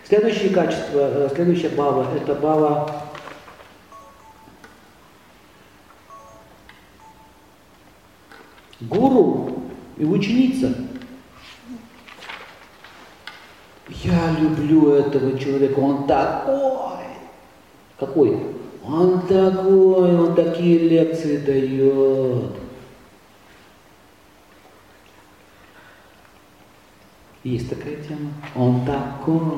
Следующее качество, следующая бхава, это бхава гуру и ученица. Я люблю этого человека, он такой. Какой? Он такой, он такие лекции дает. Есть такая тема. Он такой.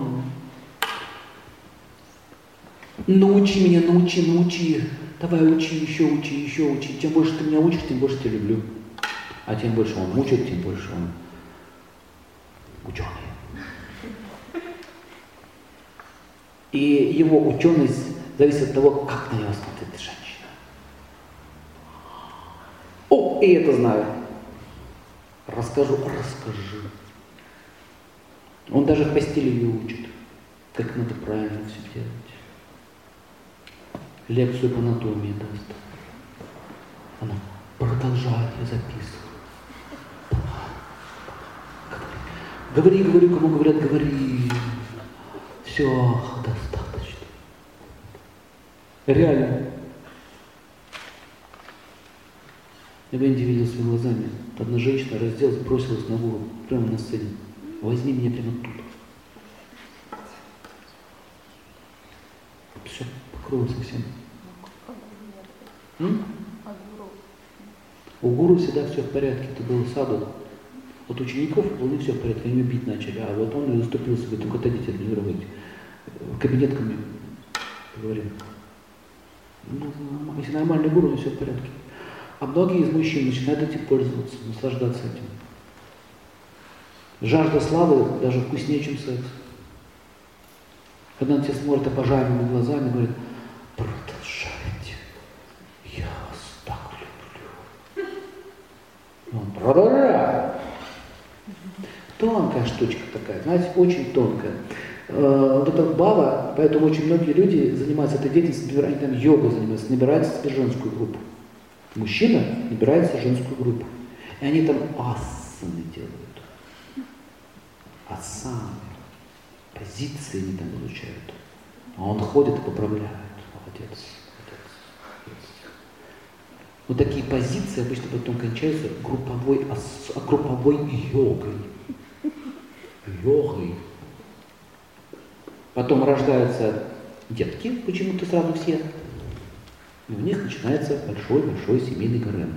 Научи меня, научи. Давай учи, еще учи. Чем больше ты меня учишь, тем больше тебя люблю. А тем больше он мучает, тем больше он ученый. И его ученость зависит от того, как на него смотрит женщина. О, и это знаю. Расскажи. Он даже в постели ее учит, как надо правильно все делать. Лекцию по анатомии даст. Она продолжает ее записывать. Говори, кому говорят, говори. Все, достаточно. Реально. Я в Индии видел своими глазами. Одна женщина разделась, бросилась на гуру, прямо на сцене. Возьми меня прямо тут. Все, покрою совсем. У гуру всегда все в порядке. Это был саду. Вот учеников было не все в порядке, они бить начали. А вот он заступился, говорит, только отойдите, тренировать. В кабинет ко мне поговорим. Ну, если нормальный гуру, то все в порядке. А многие из мужчин начинают этим пользоваться, наслаждаться этим. Жажда славы даже вкуснее, чем секс. Когда он тебя смотрит обожаемыми глазами, говорит, продолжайте, я вас так люблю. И он продолжает. Тонкая штучка такая, знаете, очень тонкая. Вот эта бхава, поэтому очень многие люди занимаются этой деятельностью, они там йогой занимаются, набираются себе женскую группу. Мужчина набирается женскую группу. И они там асаны делают. Асаны. Позиции они там изучают. А он ходит и поправляет. Молодец. Вот такие позиции обычно потом кончаются групповой йогой. Потом рождаются детки, почему-то сразу все. И у них начинается большой семейный гарем.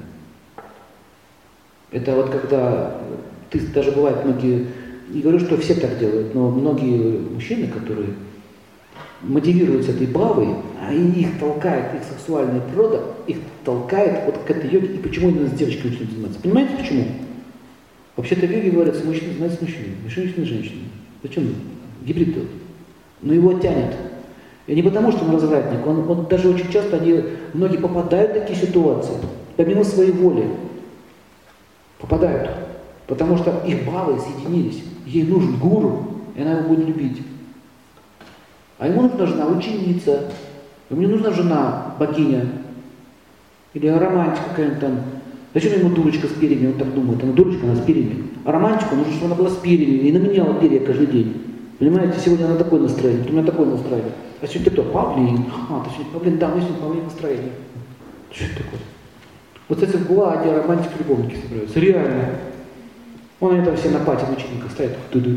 Это вот когда, даже бывает многие, не говорю, что все так делают, но многие мужчины, которые мотивируются этой бхавой, а их толкает, их сексуальная природа, их толкает вот к этой йоге, и почему именно с девочкой начинают заниматься. Понимаете почему? Вообще-то в йоге говорят, что мужчина занимается мужчиной, женщина с женщиной. Зачем? Гибрид делать. Но его тянет. И не потому, что он развратник, он даже очень часто, многие попадают в такие ситуации, помимо своей воли. Попадают. Потому что их бхавы соединились. Ей нужен гуру, и она его будет любить. А ему нужна жена ученица. Ему не нужна жена богиня. Или романтика какая-нибудь там. Зачем ему дурочка с перьями? Он так думает, она дурочка, она с перьями. А романтику нужно, чтобы она была с перьями и наменяла перья каждый день. Понимаете, сегодня она такое настроение, у меня такое настроение. А сегодня кто? Павлин. А, ты сегодня Павлин, да, у меня сегодня Павлин настроение. Что это такое? Вот с этим в Гуладе романтики любовники собираются. Реально. Он они там все на пати учеников стоят.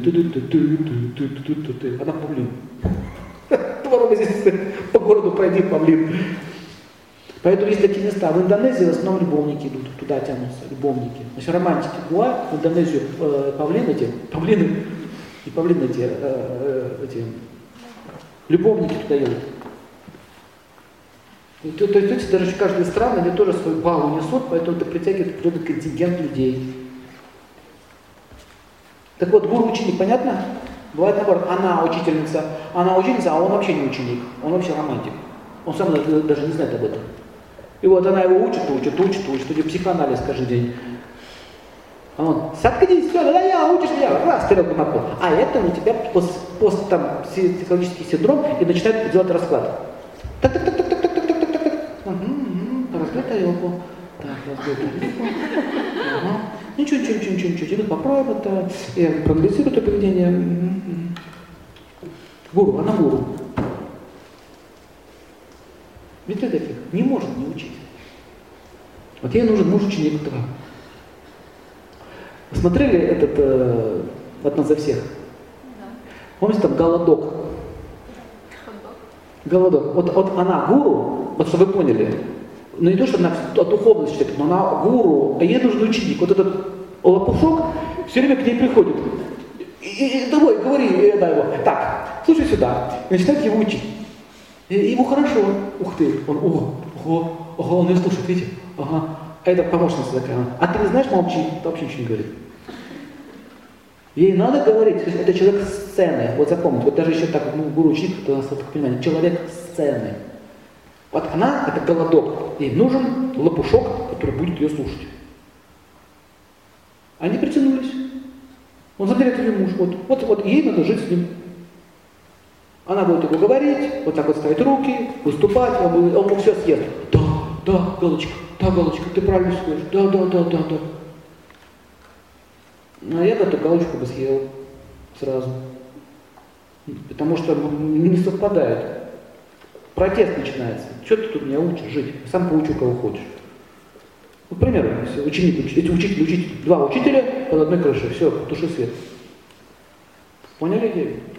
Она Павлин. Двором здесь по городу пройди, Павлин. Поэтому есть такие места. В Индонезии в основном любовники идут, туда тянутся, любовники. Значит, романтики Гуа, в Индонезию павлины и павлины эти любовники туда едут. То есть даже каждая страна, они тоже свою бхаву несут, поэтому это притягивает определенный контингент людей. Так вот, гуру-ученик, понятно? Бывает наоборот, она учительница, а он вообще не ученик, он вообще романтик. Он сам даже не знает об этом. И вот она его учит, у него психоанализ каждый день. А он, соткнись, все, да я, учишь меня, раз, тарелку на пол. А это у тебя психологический синдром, и начинает делать расклад. Разглядь тарелку. Так, разглядь тарелку. Ага. Ничего, теперь попробуй это, проанализируй это поведение. Гуру, она гуру. Ведь ты таких не может не учить. Вот ей нужен муж-ученик два. Смотрели этот «Одна за всех»? Да. Помните, там голодок? Голодок. Вот она гуру, вот чтобы вы поняли, ну не то, что она от духовности человек, но она гуру, а ей нужен ученик. Вот этот лопушок все время к ней приходит. И давай, говори, да, его. Так, слушай сюда. И начинает его учить. И ему хорошо. Ух ты, он, он ее слушает, видите? Ага. А это помощница такая. А ты не знаешь, молчи, ты вообще ничего не говорит. Ей надо говорить, то есть это человек сцены. Вот запомните, вот даже еще так, гуру ученик, это у нас так понимание, человек сцены. Вот она, это голодок. Ей нужен лопушок, который будет ее слушать. Они притянулись. Он заберет ее муж. Вот ей надо жить с ним. Она будет его говорить, вот так вот ставить руки, выступать, он все съест. Да, Галочка, ты правильно скажешь. Да. А я бы эту галочку бы съел сразу. Потому что не совпадает. Протест начинается. Что ты тут меня учишь жить? Сам поучу, кого хочешь. Ну, к примеру, если учитель, два учителя под одной крышей. Все, туши свет. Поняли идею?